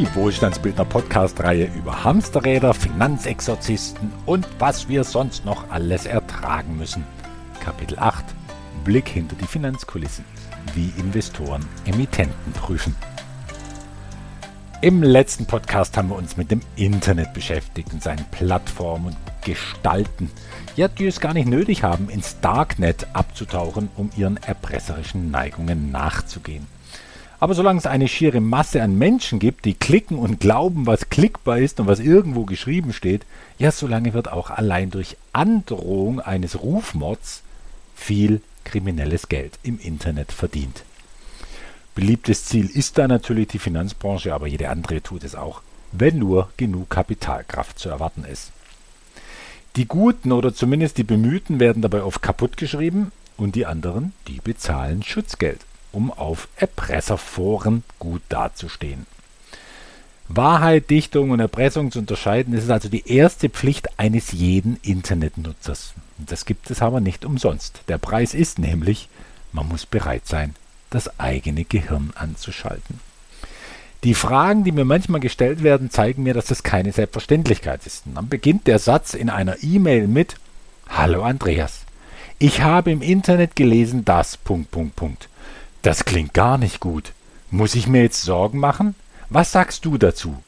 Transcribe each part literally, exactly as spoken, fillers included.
die Wohlstandsbildner Podcast-Reihe über Hamsterräder, Finanzexorzisten und was wir sonst noch alles ertragen müssen. Kapitel acht. Blick hinter die Finanzkulissen. Wie Investoren Emittenten prüfen. Im letzten Podcast haben wir uns mit dem Internet beschäftigt und seinen Plattformen und Gestalten, ja, die es gar nicht nötig haben, ins Darknet abzutauchen, um ihren erpresserischen Neigungen nachzugehen. Aber solange es eine schiere Masse an Menschen gibt, die klicken und glauben, was klickbar ist und was irgendwo geschrieben steht, ja, solange wird auch allein durch Androhung eines Rufmords viel kriminelles Geld im Internet verdient. Beliebtes Ziel ist da natürlich die Finanzbranche, aber jede andere tut es auch, wenn nur genug Kapitalkraft zu erwarten ist. Die Guten oder zumindest die Bemühten werden dabei oft kaputt geschrieben und die anderen, die bezahlen Schutzgeld, um auf Erpresserforen gut dazustehen. Wahrheit, Dichtung und Erpressung zu unterscheiden, ist also die erste Pflicht eines jeden Internetnutzers. Das gibt es aber nicht umsonst. Der Preis ist nämlich, man muss bereit sein, das eigene Gehirn anzuschalten. Die Fragen, die mir manchmal gestellt werden, zeigen mir, dass das keine Selbstverständlichkeit ist. Und dann beginnt der Satz in einer E-Mail mit: Hallo Andreas, ich habe im Internet gelesen, dass... Punkt, Punkt, Punkt. Das klingt gar nicht gut. Muss ich mir jetzt Sorgen machen? Was sagst du dazu?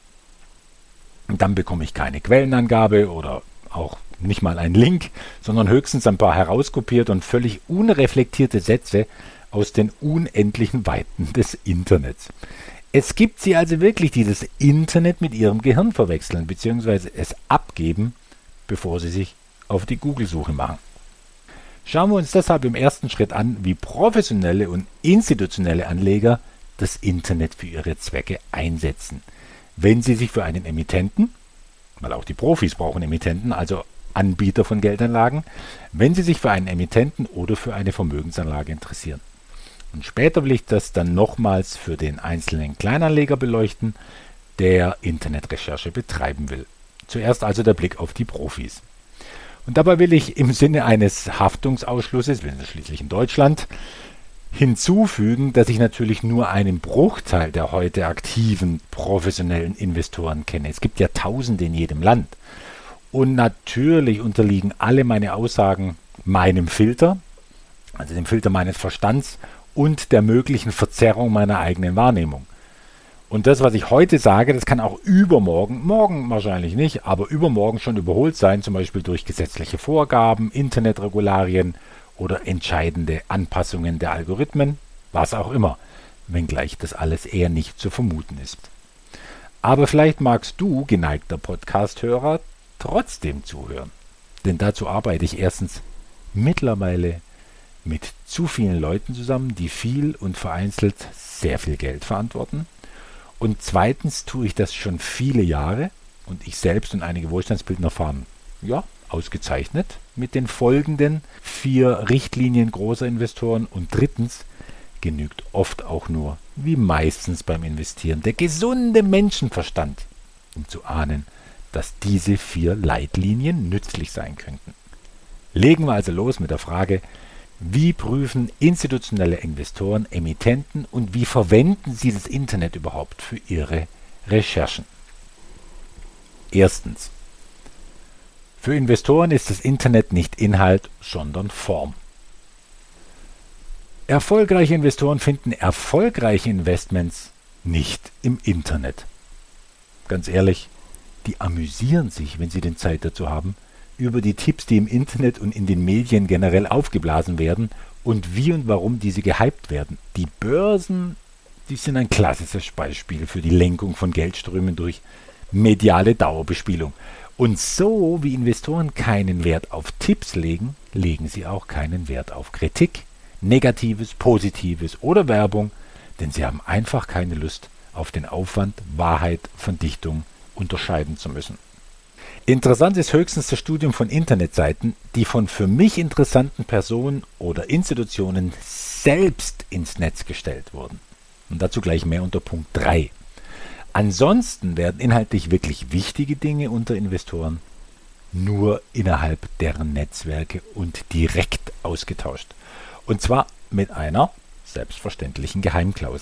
Und dann bekomme ich keine Quellenangabe oder auch nicht mal einen Link, sondern höchstens ein paar herauskopiert und völlig unreflektierte Sätze aus den unendlichen Weiten des Internets. Es gibt sie also wirklich, dieses Internet mit ihrem Gehirn verwechseln bzw. es abgeben, bevor sie sich auf die Google-Suche machen. Schauen wir uns deshalb im ersten Schritt an, wie professionelle und institutionelle Anleger das Internet für ihre Zwecke einsetzen. Wenn sie sich für einen Emittenten, weil auch die Profis brauchen Emittenten, also Anbieter von Geldanlagen, wenn sie sich für einen Emittenten oder für eine Vermögensanlage interessieren. Und später will ich das dann nochmals für den einzelnen Kleinanleger beleuchten, der Internetrecherche betreiben will. Zuerst also der Blick auf die Profis. Und dabei will ich im Sinne eines Haftungsausschlusses, wir sind schließlich in Deutschland, hinzufügen, dass ich natürlich nur einen Bruchteil der heute aktiven professionellen Investoren kenne. Es gibt ja Tausende in jedem Land. Und natürlich unterliegen alle meine Aussagen meinem Filter, also dem Filter meines Verstands und der möglichen Verzerrung meiner eigenen Wahrnehmung. Und das, was ich heute sage, das kann auch übermorgen, morgen wahrscheinlich nicht, aber übermorgen schon überholt sein, zum Beispiel durch gesetzliche Vorgaben, Internetregularien oder entscheidende Anpassungen der Algorithmen, was auch immer, wenngleich das alles eher nicht zu vermuten ist. Aber vielleicht magst du, geneigter Podcast-Hörer, trotzdem zuhören. Denn dazu arbeite ich erstens mittlerweile mit zu vielen Leuten zusammen, die viel und vereinzelt sehr viel Geld verantworten. Und zweitens tue ich das schon viele Jahre und ich selbst und einige Wohlstandsbildner fahren, ja, ausgezeichnet mit den folgenden vier Richtlinien großer Investoren. Und drittens genügt oft auch nur, wie meistens beim Investieren, der gesunde Menschenverstand, um zu ahnen, dass diese vier Leitlinien nützlich sein könnten. Legen wir also los mit der Frage: Wie prüfen institutionelle Investoren Emittenten und wie verwenden sie das Internet überhaupt für ihre Recherchen? Erstens. Für Investoren ist das Internet nicht Inhalt, sondern Form. Erfolgreiche Investoren finden erfolgreiche Investments nicht im Internet. Ganz ehrlich, die amüsieren sich, wenn sie denn Zeit dazu haben, über die Tipps, die im Internet und in den Medien generell aufgeblasen werden und wie und warum diese gehypt werden. Die Börsen, die sind ein klassisches Beispiel für die Lenkung von Geldströmen durch mediale Dauerbespielung. Und so wie Investoren keinen Wert auf Tipps legen, legen sie auch keinen Wert auf Kritik, Negatives, Positives oder Werbung, denn sie haben einfach keine Lust auf den Aufwand, Wahrheit von Dichtung unterscheiden zu müssen. Interessant ist höchstens das Studium von Internetseiten, die von für mich interessanten Personen oder Institutionen selbst ins Netz gestellt wurden. Und dazu gleich mehr unter Punkt drei. Ansonsten werden inhaltlich wirklich wichtige Dinge unter Investoren nur innerhalb deren Netzwerke und direkt ausgetauscht. Und zwar mit einer selbstverständlichen Geheimklausel.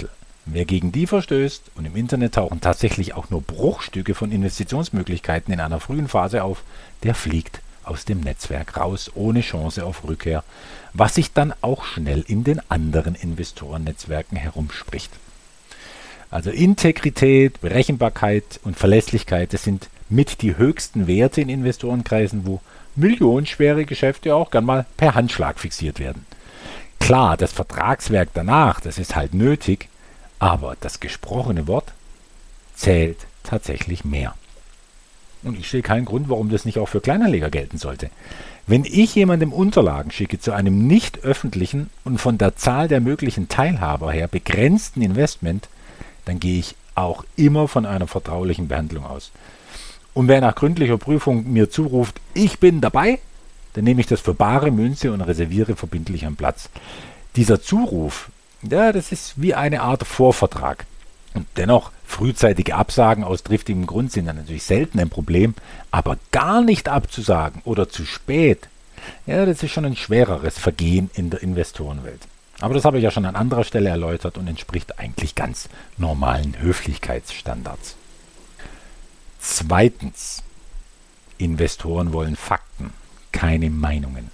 Wer gegen die verstößt, und im Internet tauchen tatsächlich auch nur Bruchstücke von Investitionsmöglichkeiten in einer frühen Phase auf, der fliegt aus dem Netzwerk raus, ohne Chance auf Rückkehr, was sich dann auch schnell in den anderen Investorennetzwerken herumspricht. Also Integrität, Berechenbarkeit und Verlässlichkeit, das sind mit die höchsten Werte in Investorenkreisen, wo millionenschwere Geschäfte auch gern mal per Handschlag fixiert werden. Klar, das Vertragswerk danach, das ist halt nötig, aber das gesprochene Wort zählt tatsächlich mehr. Und ich sehe keinen Grund, warum das nicht auch für Kleinanleger gelten sollte. Wenn ich jemandem Unterlagen schicke zu einem nicht öffentlichen und von der Zahl der möglichen Teilhaber her begrenzten Investment, dann gehe ich auch immer von einer vertraulichen Behandlung aus. Und wer nach gründlicher Prüfung mir zuruft, ich bin dabei, dann nehme ich das für bare Münze und reserviere verbindlich einen Platz. Dieser Zuruf, ja, das ist wie eine Art Vorvertrag. Und dennoch, frühzeitige Absagen aus triftigem Grund sind dann natürlich selten ein Problem, aber gar nicht abzusagen oder zu spät, ja, das ist schon ein schwereres Vergehen in der Investorenwelt. Aber das habe ich ja schon an anderer Stelle erläutert und entspricht eigentlich ganz normalen Höflichkeitsstandards. Zweitens, Investoren wollen Fakten, keine Meinungen.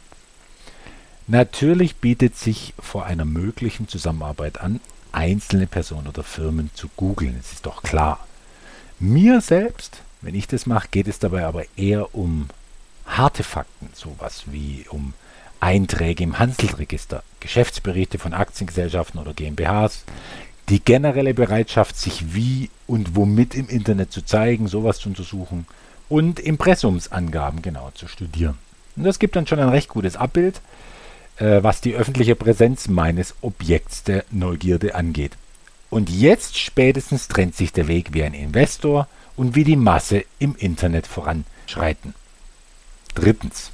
Natürlich bietet sich vor einer möglichen Zusammenarbeit an, einzelne Personen oder Firmen zu googeln, das ist doch klar. Mir selbst, wenn ich das mache, geht es dabei aber eher um harte Fakten, sowas wie um Einträge im Handelsregister, Geschäftsberichte von Aktiengesellschaften oder GmbHs, die generelle Bereitschaft, sich wie und womit im Internet zu zeigen, sowas zu untersuchen und Impressumsangaben genau zu studieren. Und das gibt dann schon ein recht gutes Abbild, äh, was die öffentliche Präsenz meines Objekts der Neugierde angeht. Und jetzt spätestens trennt sich der Weg wie ein Investor und wie die Masse im Internet voranschreiten. Drittens.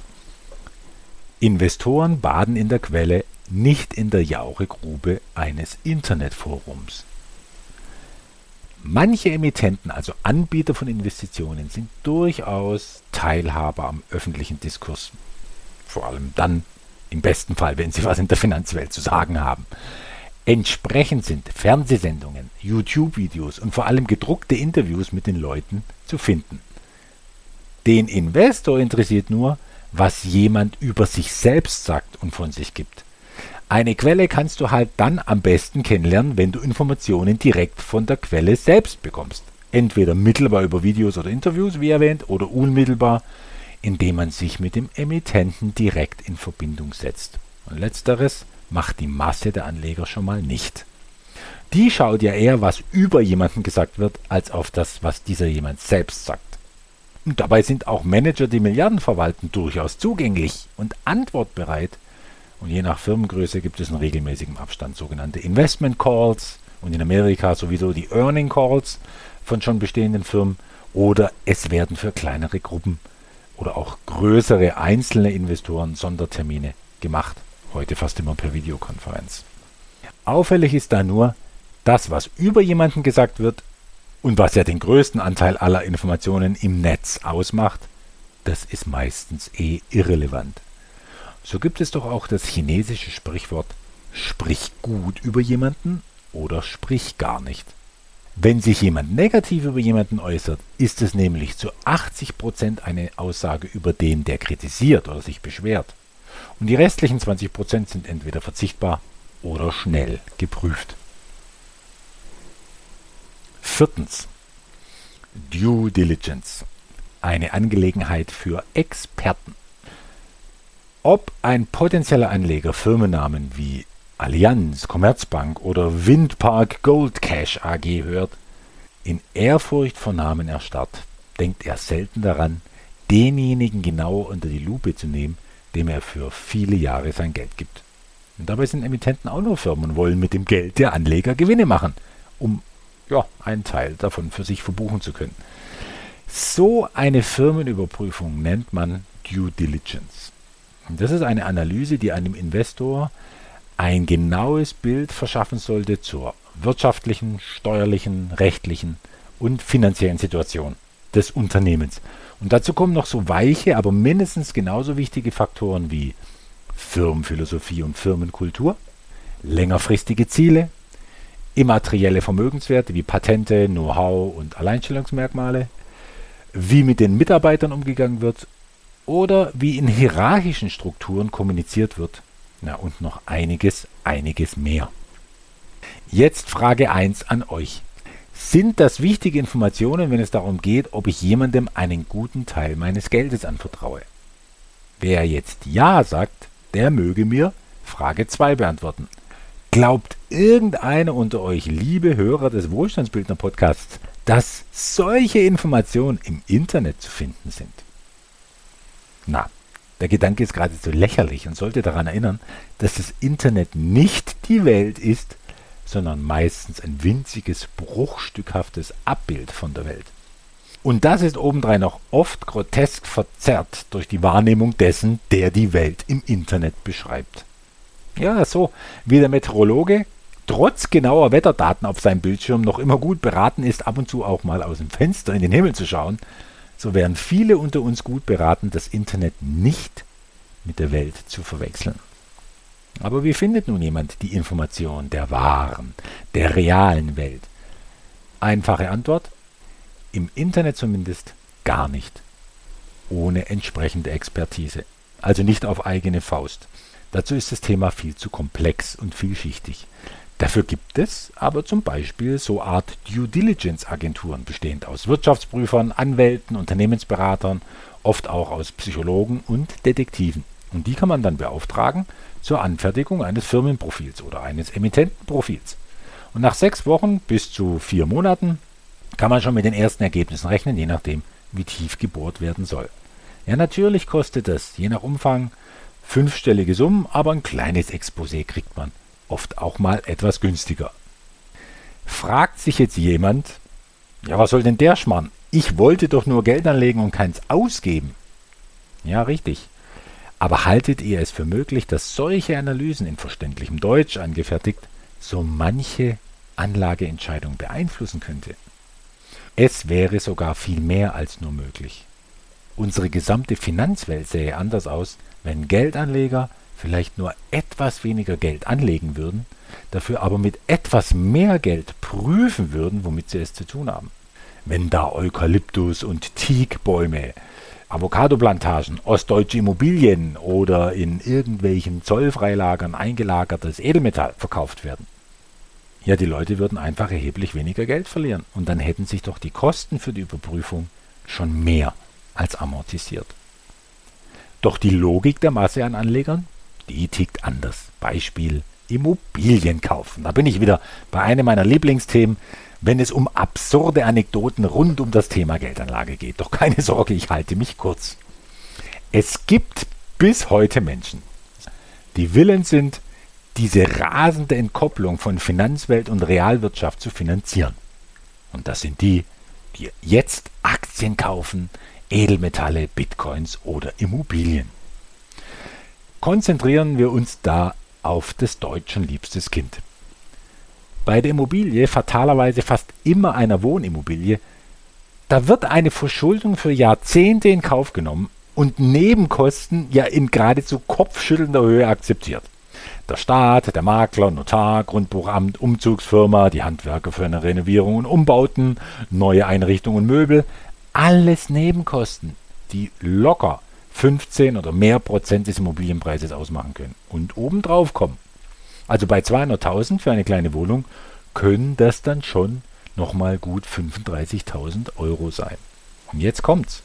Investoren baden in der Quelle, nicht in der Jauchegrube eines Internetforums. Manche Emittenten, also Anbieter von Investitionen, sind durchaus Teilhaber am öffentlichen Diskurs. Vor allem dann, im besten Fall, wenn sie was in der Finanzwelt zu sagen haben. Entsprechend sind Fernsehsendungen, YouTube-Videos und vor allem gedruckte Interviews mit den Leuten zu finden. Den Investor interessiert nur, was jemand über sich selbst sagt und von sich gibt. Eine Quelle kannst du halt dann am besten kennenlernen, wenn du Informationen direkt von der Quelle selbst bekommst. Entweder mittelbar über Videos oder Interviews, wie erwähnt, oder unmittelbar, indem man sich mit dem Emittenten direkt in Verbindung setzt. Und letzteres macht die Masse der Anleger schon mal nicht. Die schaut ja eher, was über jemanden gesagt wird, als auf das, was dieser jemand selbst sagt. Und dabei sind auch Manager, die Milliarden verwalten, durchaus zugänglich und antwortbereit. Und je nach Firmengröße gibt es in regelmäßigem Abstand sogenannte Investment Calls und in Amerika sowieso die Earning Calls von schon bestehenden Firmen, oder es werden für kleinere Gruppen oder auch größere einzelne Investoren Sondertermine gemacht, heute fast immer per Videokonferenz. Auffällig ist da nur, das, was über jemanden gesagt wird und was ja den größten Anteil aller Informationen im Netz ausmacht, das ist meistens eh irrelevant. So gibt es doch auch das chinesische Sprichwort, sprich gut über jemanden oder sprich gar nicht. Wenn sich jemand negativ über jemanden äußert, ist es nämlich zu achtzig Prozent eine Aussage über den, der kritisiert oder sich beschwert. Und die restlichen zwanzig Prozent sind entweder verzichtbar oder schnell geprüft. Viertens. Due Diligence. Eine Angelegenheit für Experten. Ob ein potenzieller Anleger Firmennamen wie Allianz, Commerzbank oder Windpark Gold Cash A G hört, in Ehrfurcht vor Namen erstarrt, denkt er selten daran, denjenigen genauer unter die Lupe zu nehmen, dem er für viele Jahre sein Geld gibt. Und dabei sind Emittenten auch nur Firmen und wollen mit dem Geld der Anleger Gewinne machen, um ja, einen Teil davon für sich verbuchen zu können. So eine Firmenüberprüfung nennt man Due Diligence. Und das ist eine Analyse, die einem Investor ein genaues Bild verschaffen sollte zur wirtschaftlichen, steuerlichen, rechtlichen und finanziellen Situation des Unternehmens. Und dazu kommen noch so weiche, aber mindestens genauso wichtige Faktoren wie Firmenphilosophie und Firmenkultur, längerfristige Ziele, immaterielle Vermögenswerte wie Patente, Know-how und Alleinstellungsmerkmale, wie mit den Mitarbeitern umgegangen wird oder wie in hierarchischen Strukturen kommuniziert wird. Na, und noch einiges, einiges mehr. Jetzt Frage eins an euch. Sind das wichtige Informationen, wenn es darum geht, ob ich jemandem einen guten Teil meines Geldes anvertraue? Wer jetzt Ja sagt, der möge mir Frage zwei beantworten. Glaubt irgendeiner unter euch, liebe Hörer des Wohlstandsbildner-Podcasts, dass solche Informationen im Internet zu finden sind? Na, der Gedanke ist geradezu lächerlich und sollte daran erinnern, dass das Internet nicht die Welt ist, sondern meistens ein winziges, bruchstückhaftes Abbild von der Welt. Und das ist obendrein noch oft grotesk verzerrt durch die Wahrnehmung dessen, der die Welt im Internet beschreibt. Ja, so wie der Meteorologe trotz genauer Wetterdaten auf seinem Bildschirm noch immer gut beraten ist, ab und zu auch mal aus dem Fenster in den Himmel zu schauen, so wären viele unter uns gut beraten, das Internet nicht mit der Welt zu verwechseln. Aber wie findet nun jemand die Information der wahren, der realen Welt? Einfache Antwort: Im Internet zumindest gar nicht. Ohne entsprechende Expertise. Also nicht auf eigene Faust. Dazu ist das Thema viel zu komplex und vielschichtig. Dafür gibt es aber zum Beispiel so Art Due-Diligence-Agenturen, bestehend aus Wirtschaftsprüfern, Anwälten, Unternehmensberatern, oft auch aus Psychologen und Detektiven. Und die kann man dann beauftragen zur Anfertigung eines Firmenprofils oder eines Emittentenprofils. Und nach sechs Wochen bis zu vier Monaten kann man schon mit den ersten Ergebnissen rechnen, je nachdem, wie tief gebohrt werden soll. Ja, natürlich kostet das, je nach Umfang, fünfstellige Summen, aber ein kleines Exposé kriegt man oft auch mal etwas günstiger. Fragt sich jetzt jemand, ja, was soll denn der Schmarrn? Ich wollte doch nur Geld anlegen und keins ausgeben. Ja, richtig. Aber haltet ihr es für möglich, dass solche Analysen in verständlichem Deutsch angefertigt so manche Anlageentscheidung beeinflussen könnte? Es wäre sogar viel mehr als nur möglich. Unsere gesamte Finanzwelt sähe anders aus, wenn Geldanleger vielleicht nur etwas weniger Geld anlegen würden, dafür aber mit etwas mehr Geld prüfen würden, womit sie es zu tun haben. Wenn da Eukalyptus und Teakbäume, Avocadoplantagen, ostdeutsche Immobilien oder in irgendwelchen Zollfreilagern eingelagertes Edelmetall verkauft werden. Ja, die Leute würden einfach erheblich weniger Geld verlieren und dann hätten sich doch die Kosten für die Überprüfung schon mehr als amortisiert. Doch die Logik der Masse an Anlegern, die tickt anders. Beispiel Immobilien kaufen. Da bin ich wieder bei einem meiner Lieblingsthemen, wenn es um absurde Anekdoten rund um das Thema Geldanlage geht. Doch keine Sorge, ich halte mich kurz. Es gibt bis heute Menschen, die willens sind, diese rasende Entkopplung von Finanzwelt und Realwirtschaft zu finanzieren. Und das sind die, die jetzt Aktien kaufen, Edelmetalle, Bitcoins oder Immobilien. Konzentrieren wir uns da auf des Deutschen liebstes Kind. Bei der Immobilie, fatalerweise fast immer einer Wohnimmobilie, da wird eine Verschuldung für Jahrzehnte in Kauf genommen und Nebenkosten ja in geradezu kopfschüttelnder Höhe akzeptiert. Der Staat, der Makler, Notar, Grundbuchamt, Umzugsfirma, die Handwerker für eine Renovierung und Umbauten, neue Einrichtungen und Möbel, alles Nebenkosten, die locker fünfzehn oder mehr Prozent des Immobilienpreises ausmachen können und obendrauf kommen. Also bei zweihunderttausend für eine kleine Wohnung können das dann schon nochmal gut fünfunddreißigtausend Euro sein. Und jetzt kommt's.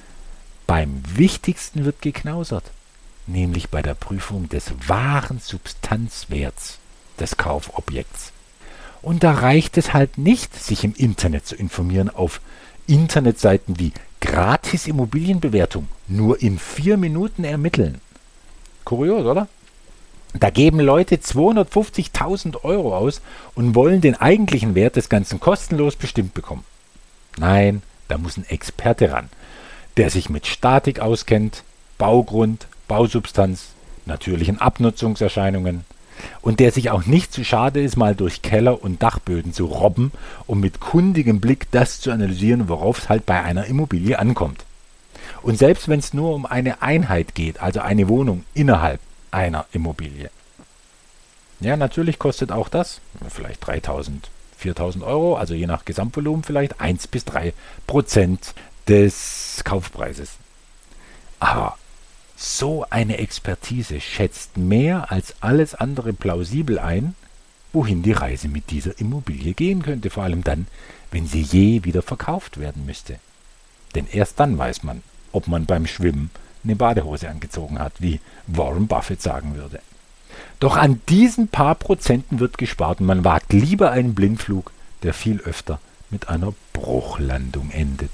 Beim Wichtigsten wird geknausert, nämlich bei der Prüfung des wahren Substanzwerts des Kaufobjekts. Und da reicht es halt nicht, sich im Internet zu informieren auf Internetseiten wie Gratis Immobilienbewertung, nur in vier Minuten ermitteln. Kurios, oder? Da geben Leute zweihundertfünfzigtausend Euro aus und wollen den eigentlichen Wert des Ganzen kostenlos bestimmt bekommen. Nein, da muss ein Experte ran, der sich mit Statik auskennt, Baugrund, Bausubstanz, natürlichen Abnutzungserscheinungen und der sich auch nicht zu schade ist, mal durch Keller und Dachböden zu robben, um mit kundigem Blick das zu analysieren, worauf es halt bei einer Immobilie ankommt. Und selbst wenn es nur um eine Einheit geht, also eine Wohnung innerhalb einer Immobilie. Ja, natürlich kostet auch das vielleicht dreitausend, viertausend Euro, also je nach Gesamtvolumen vielleicht eins bis drei Prozent des Kaufpreises. Aber so eine Expertise schätzt mehr als alles andere plausibel ein, wohin die Reise mit dieser Immobilie gehen könnte, vor allem dann, wenn sie je wieder verkauft werden müsste. Denn erst dann weiß man, ob man beim Schwimmen eine Badehose angezogen hat, wie Warren Buffett sagen würde. Doch an diesen paar Prozenten wird gespart und man wagt lieber einen Blindflug, der viel öfter mit einer Bruchlandung endet.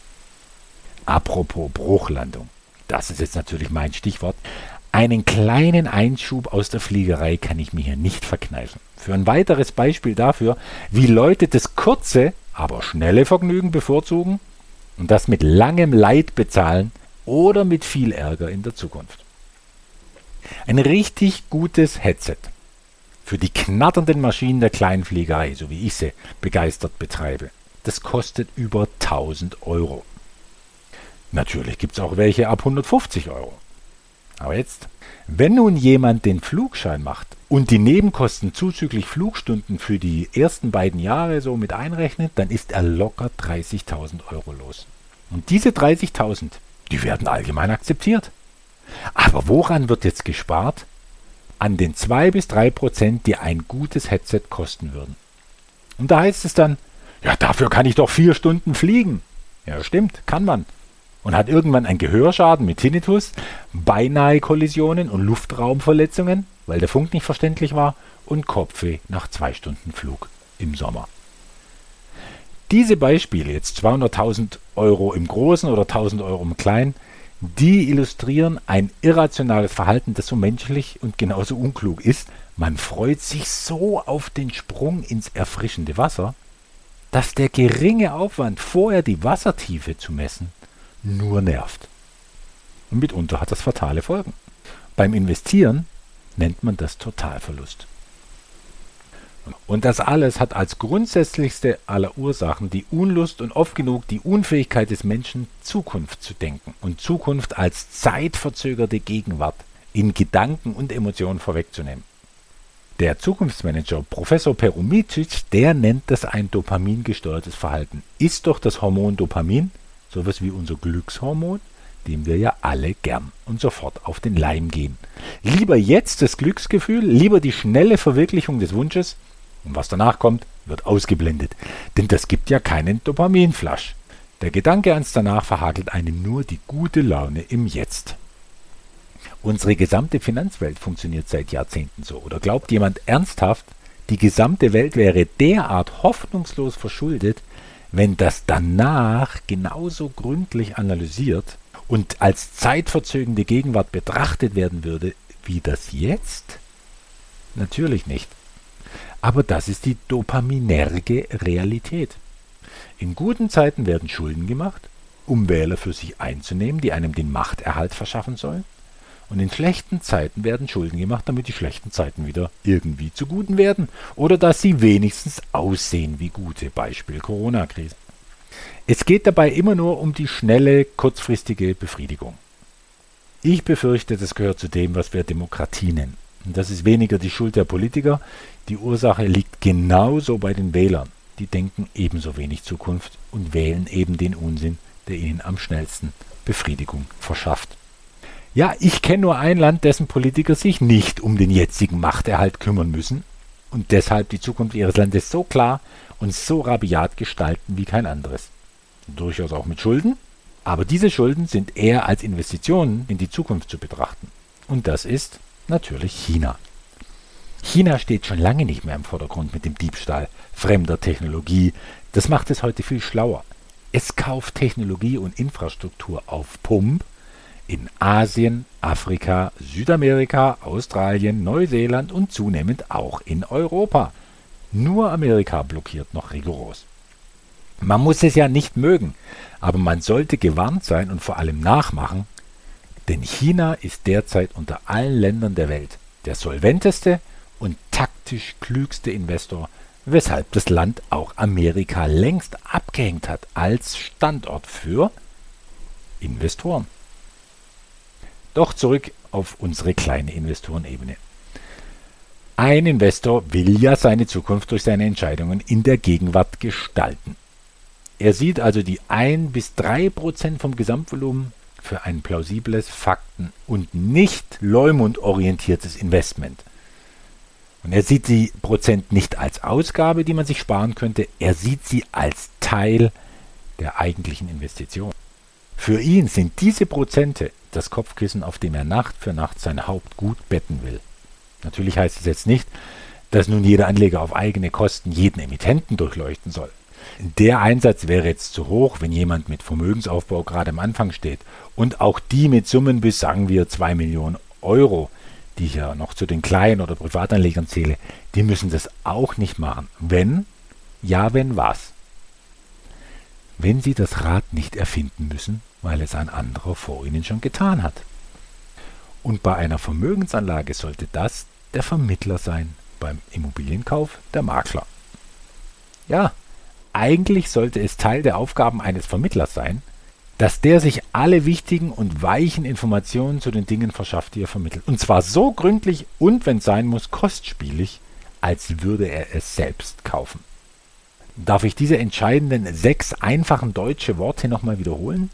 Apropos Bruchlandung, das ist jetzt natürlich mein Stichwort. Einen kleinen Einschub aus der Fliegerei kann ich mir hier nicht verkneifen. Für ein weiteres Beispiel dafür, wie Leute das kurze, aber schnelle Vergnügen bevorzugen und das mit langem Leid bezahlen oder mit viel Ärger in der Zukunft. Ein richtig gutes Headset für die knatternden Maschinen der kleinen Fliegerei, so wie ich sie begeistert betreibe, das kostet über tausend Euro. Natürlich gibt es auch welche ab hundertfünfzig Euro. Aber jetzt, wenn nun jemand den Flugschein macht und die Nebenkosten zuzüglich Flugstunden für die ersten beiden Jahre so mit einrechnet, dann ist er locker dreißigtausend Euro los. Und diese dreißigtausend, die werden allgemein akzeptiert. Aber woran wird jetzt gespart? An den zwei bis drei Prozent, die ein gutes Headset kosten würden. Und da heißt es dann, ja, dafür kann ich doch vier Stunden fliegen. Ja, stimmt, kann man. Und hat irgendwann einen Gehörschaden mit Tinnitus, beinahe Kollisionen und Luftraumverletzungen, weil der Funk nicht verständlich war, und Kopfweh nach zwei Stunden Flug im Sommer. Diese Beispiele, jetzt zweihunderttausend Euro im Großen oder tausend Euro im Kleinen, die illustrieren ein irrationales Verhalten, das so menschlich und genauso unklug ist. Man freut sich so auf den Sprung ins erfrischende Wasser, dass der geringe Aufwand, vorher die Wassertiefe zu messen, nur nervt. Und mitunter hat das fatale Folgen. Beim Investieren nennt man das Totalverlust. Und das alles hat als grundsätzlichste aller Ursachen die Unlust und oft genug die Unfähigkeit des Menschen, Zukunft zu denken und Zukunft als zeitverzögerte Gegenwart in Gedanken und Emotionen vorwegzunehmen. Der Zukunftsmanager Professor Perumicic, der nennt das ein dopamingesteuertes Verhalten. Ist doch das Hormon Dopamin sowas wie unser Glückshormon, dem wir ja alle gern und sofort auf den Leim gehen. Lieber jetzt das Glücksgefühl, lieber die schnelle Verwirklichung des Wunsches, und was danach kommt, wird ausgeblendet. Denn das gibt ja keinen Dopaminflash. Der Gedanke ans Danach verhagelt einem nur die gute Laune im Jetzt. Unsere gesamte Finanzwelt funktioniert seit Jahrzehnten so. Oder glaubt jemand ernsthaft, die gesamte Welt wäre derart hoffnungslos verschuldet, wenn das danach genauso gründlich analysiert und als zeitverzögernde Gegenwart betrachtet werden würde wie das Jetzt? Natürlich nicht. Aber das ist die dopaminerge Realität. In guten Zeiten werden Schulden gemacht, um Wähler für sich einzunehmen, die einem den Machterhalt verschaffen sollen. Und in schlechten Zeiten werden Schulden gemacht, damit die schlechten Zeiten wieder irgendwie zu guten werden. Oder dass sie wenigstens aussehen wie gute. Beispiel Corona-Krise. Es geht dabei immer nur um die schnelle, kurzfristige Befriedigung. Ich befürchte, das gehört zu dem, was wir Demokratie nennen. Und das ist weniger die Schuld der Politiker. Die Ursache liegt genauso bei den Wählern. Die denken ebenso wenig Zukunft und wählen eben den Unsinn, der ihnen am schnellsten Befriedigung verschafft. Ja, ich kenne nur ein Land, dessen Politiker sich nicht um den jetzigen Machterhalt kümmern müssen und deshalb die Zukunft ihres Landes so klar und so rabiat gestalten wie kein anderes. Durchaus auch mit Schulden, aber diese Schulden sind eher als Investitionen in die Zukunft zu betrachten. Und das ist natürlich China. China steht schon lange nicht mehr im Vordergrund mit dem Diebstahl fremder Technologie. Das macht es heute viel schlauer. Es kauft Technologie und Infrastruktur auf Pump in Asien, Afrika, Südamerika, Australien, Neuseeland und zunehmend auch in Europa. Nur Amerika blockiert noch rigoros. Man muss es ja nicht mögen, aber man sollte gewarnt sein und vor allem nachmachen, denn China ist derzeit unter allen Ländern der Welt der solventeste und taktisch klügste Investor, weshalb das Land auch Amerika längst abgehängt hat als Standort für Investoren. Doch zurück auf unsere kleine Investorenebene. Ein Investor will ja seine Zukunft durch seine Entscheidungen in der Gegenwart gestalten. Er sieht also die ein bis drei Prozent vom Gesamtvolumen für ein plausibles, fakten- und nicht leumundorientiertes Investment. Und er sieht die Prozent nicht als Ausgabe, die man sich sparen könnte, er sieht sie als Teil der eigentlichen Investition. Für ihn sind diese Prozente das Kopfkissen, auf dem er Nacht für Nacht sein Hauptgut betten will. Natürlich heißt es jetzt nicht, dass nun jeder Anleger auf eigene Kosten jeden Emittenten durchleuchten soll. Der Einsatz wäre jetzt zu hoch, wenn jemand mit Vermögensaufbau gerade am Anfang steht. Und auch die mit Summen bis, sagen wir, zwei Millionen Euro, die ich ja noch zu den Klein- oder Privatanlegern zähle, die müssen das auch nicht machen. Wenn, ja, wenn was? Wenn sie das Rad nicht erfinden müssen, weil es ein anderer vor ihnen schon getan hat. Und bei einer Vermögensanlage sollte das der Vermittler sein, beim Immobilienkauf der Makler. Ja, eigentlich sollte es Teil der Aufgaben eines Vermittlers sein, dass der sich alle wichtigen und weichen Informationen zu den Dingen verschafft, die er vermittelt. Und zwar so gründlich und, wenn es sein muss, kostspielig, als würde er es selbst kaufen. Darf ich diese entscheidenden sechs einfachen deutsche Worte nochmal wiederholen?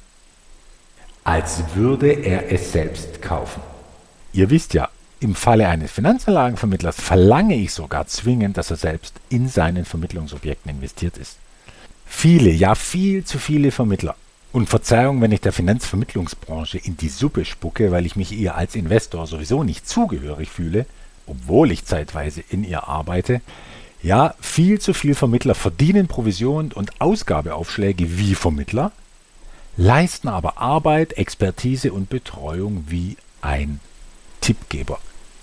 Als würde er es selbst kaufen. Ihr wisst ja, im Falle eines Finanzanlagenvermittlers verlange ich sogar zwingend, dass er selbst in seinen Vermittlungsobjekten investiert ist. Viele, ja viel zu viele Vermittler. Und Verzeihung, wenn ich der Finanzvermittlungsbranche in die Suppe spucke, weil ich mich ihr als Investor sowieso nicht zugehörig fühle, obwohl ich zeitweise in ihr arbeite. Ja, viel zu viele Vermittler verdienen Provision und Ausgabeaufschläge wie Vermittler, leisten aber Arbeit, Expertise und Betreuung wie ein Tippgeber.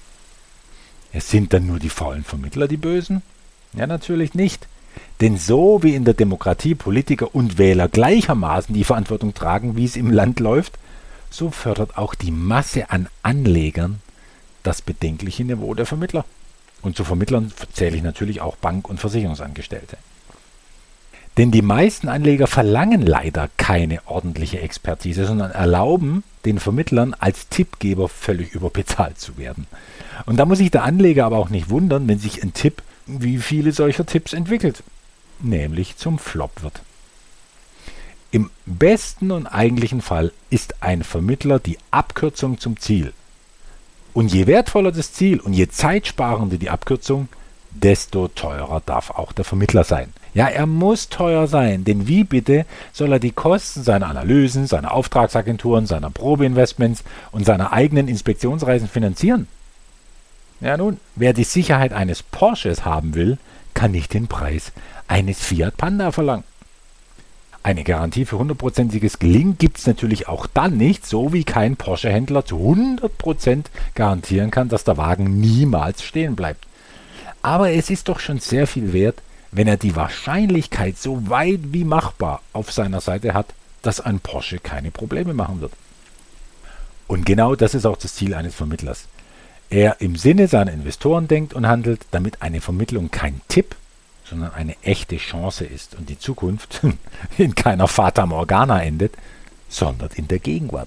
Es sind dann nur die faulen Vermittler die Bösen? Ja, natürlich nicht. Denn so wie in der Demokratie Politiker und Wähler gleichermaßen die Verantwortung tragen, wie es im Land läuft, so fördert auch die Masse an Anlegern das bedenkliche Niveau der Vermittler. Und zu Vermittlern zähle ich natürlich auch Bank- und Versicherungsangestellte. Denn die meisten Anleger verlangen leider keine ordentliche Expertise, sondern erlauben den Vermittlern als Tippgeber völlig überbezahlt zu werden. Und da muss sich der Anleger aber auch nicht wundern, wenn sich ein Tipp wie viele solcher Tipps entwickelt, nämlich zum Flop wird. Im besten und eigentlichen Fall ist ein Vermittler die Abkürzung zum Ziel. Und je wertvoller das Ziel und je zeitsparender die Abkürzung, desto teurer darf auch der Vermittler sein. Ja, er muss teuer sein, denn wie bitte soll er die Kosten seiner Analysen, seiner Auftragsagenturen, seiner Probeinvestments und seiner eigenen Inspektionsreisen finanzieren? Ja nun, wer die Sicherheit eines Porsches haben will, kann nicht den Preis eines Fiat Panda verlangen. Eine Garantie für hundertprozentiges Gelingen gibt es natürlich auch dann nicht, so wie kein Porsche-Händler zu hundert Prozent garantieren kann, dass der Wagen niemals stehen bleibt. Aber es ist doch schon sehr viel wert, wenn er die Wahrscheinlichkeit so weit wie machbar auf seiner Seite hat, dass ein Porsche keine Probleme machen wird. Und genau das ist auch das Ziel eines Vermittlers. Er im Sinne seiner Investoren denkt und handelt, damit eine Vermittlung kein Tipp, sondern eine echte Chance ist und die Zukunft in keiner Fata Morgana endet, sondern in der Gegenwart.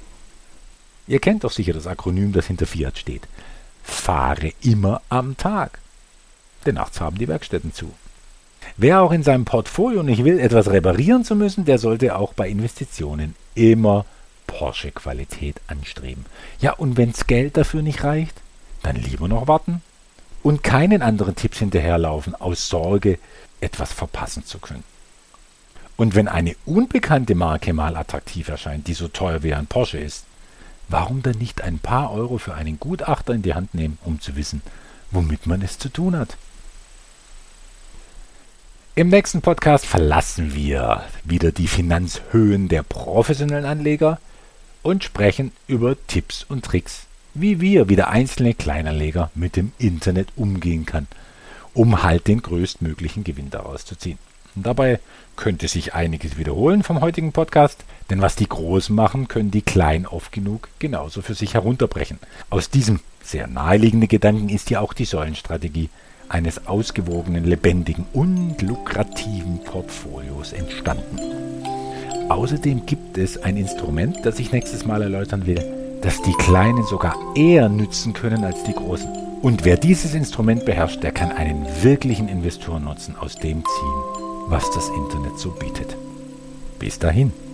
Ihr kennt doch sicher das Akronym, das hinter Fiat steht. Fahre immer am Tag. Denn nachts haben die Werkstätten zu. Wer auch in seinem Portfolio nicht will, etwas reparieren zu müssen, der sollte auch bei Investitionen immer Porsche-Qualität anstreben. Ja, und wenn's Geld dafür nicht reicht, dann lieber noch warten und keinen anderen Tipps hinterherlaufen, aus Sorge, etwas verpassen zu können. Und wenn eine unbekannte Marke mal attraktiv erscheint, die so teuer wie ein Porsche ist, warum dann nicht ein paar Euro für einen Gutachter in die Hand nehmen, um zu wissen, womit man es zu tun hat? Im nächsten Podcast verlassen wir wieder die Finanzhöhen der professionellen Anleger und sprechen über Tipps und Tricks, wie wir wie der einzelne Kleinanleger mit dem Internet umgehen kann, um halt den größtmöglichen Gewinn daraus zu ziehen. Und dabei könnte sich einiges wiederholen vom heutigen Podcast, denn was die Großen machen, können die Kleinen oft genug genauso für sich herunterbrechen. Aus diesem sehr naheliegenden Gedanken ist ja auch die Säulenstrategie eines ausgewogenen, lebendigen und lukrativen Portfolios entstanden. Außerdem gibt es ein Instrument, das ich nächstes Mal erläutern will, das die Kleinen sogar eher nützen können als die Großen. Und wer dieses Instrument beherrscht, der kann einen wirklichen Investorennutzen aus dem ziehen, was das Internet so bietet. Bis dahin.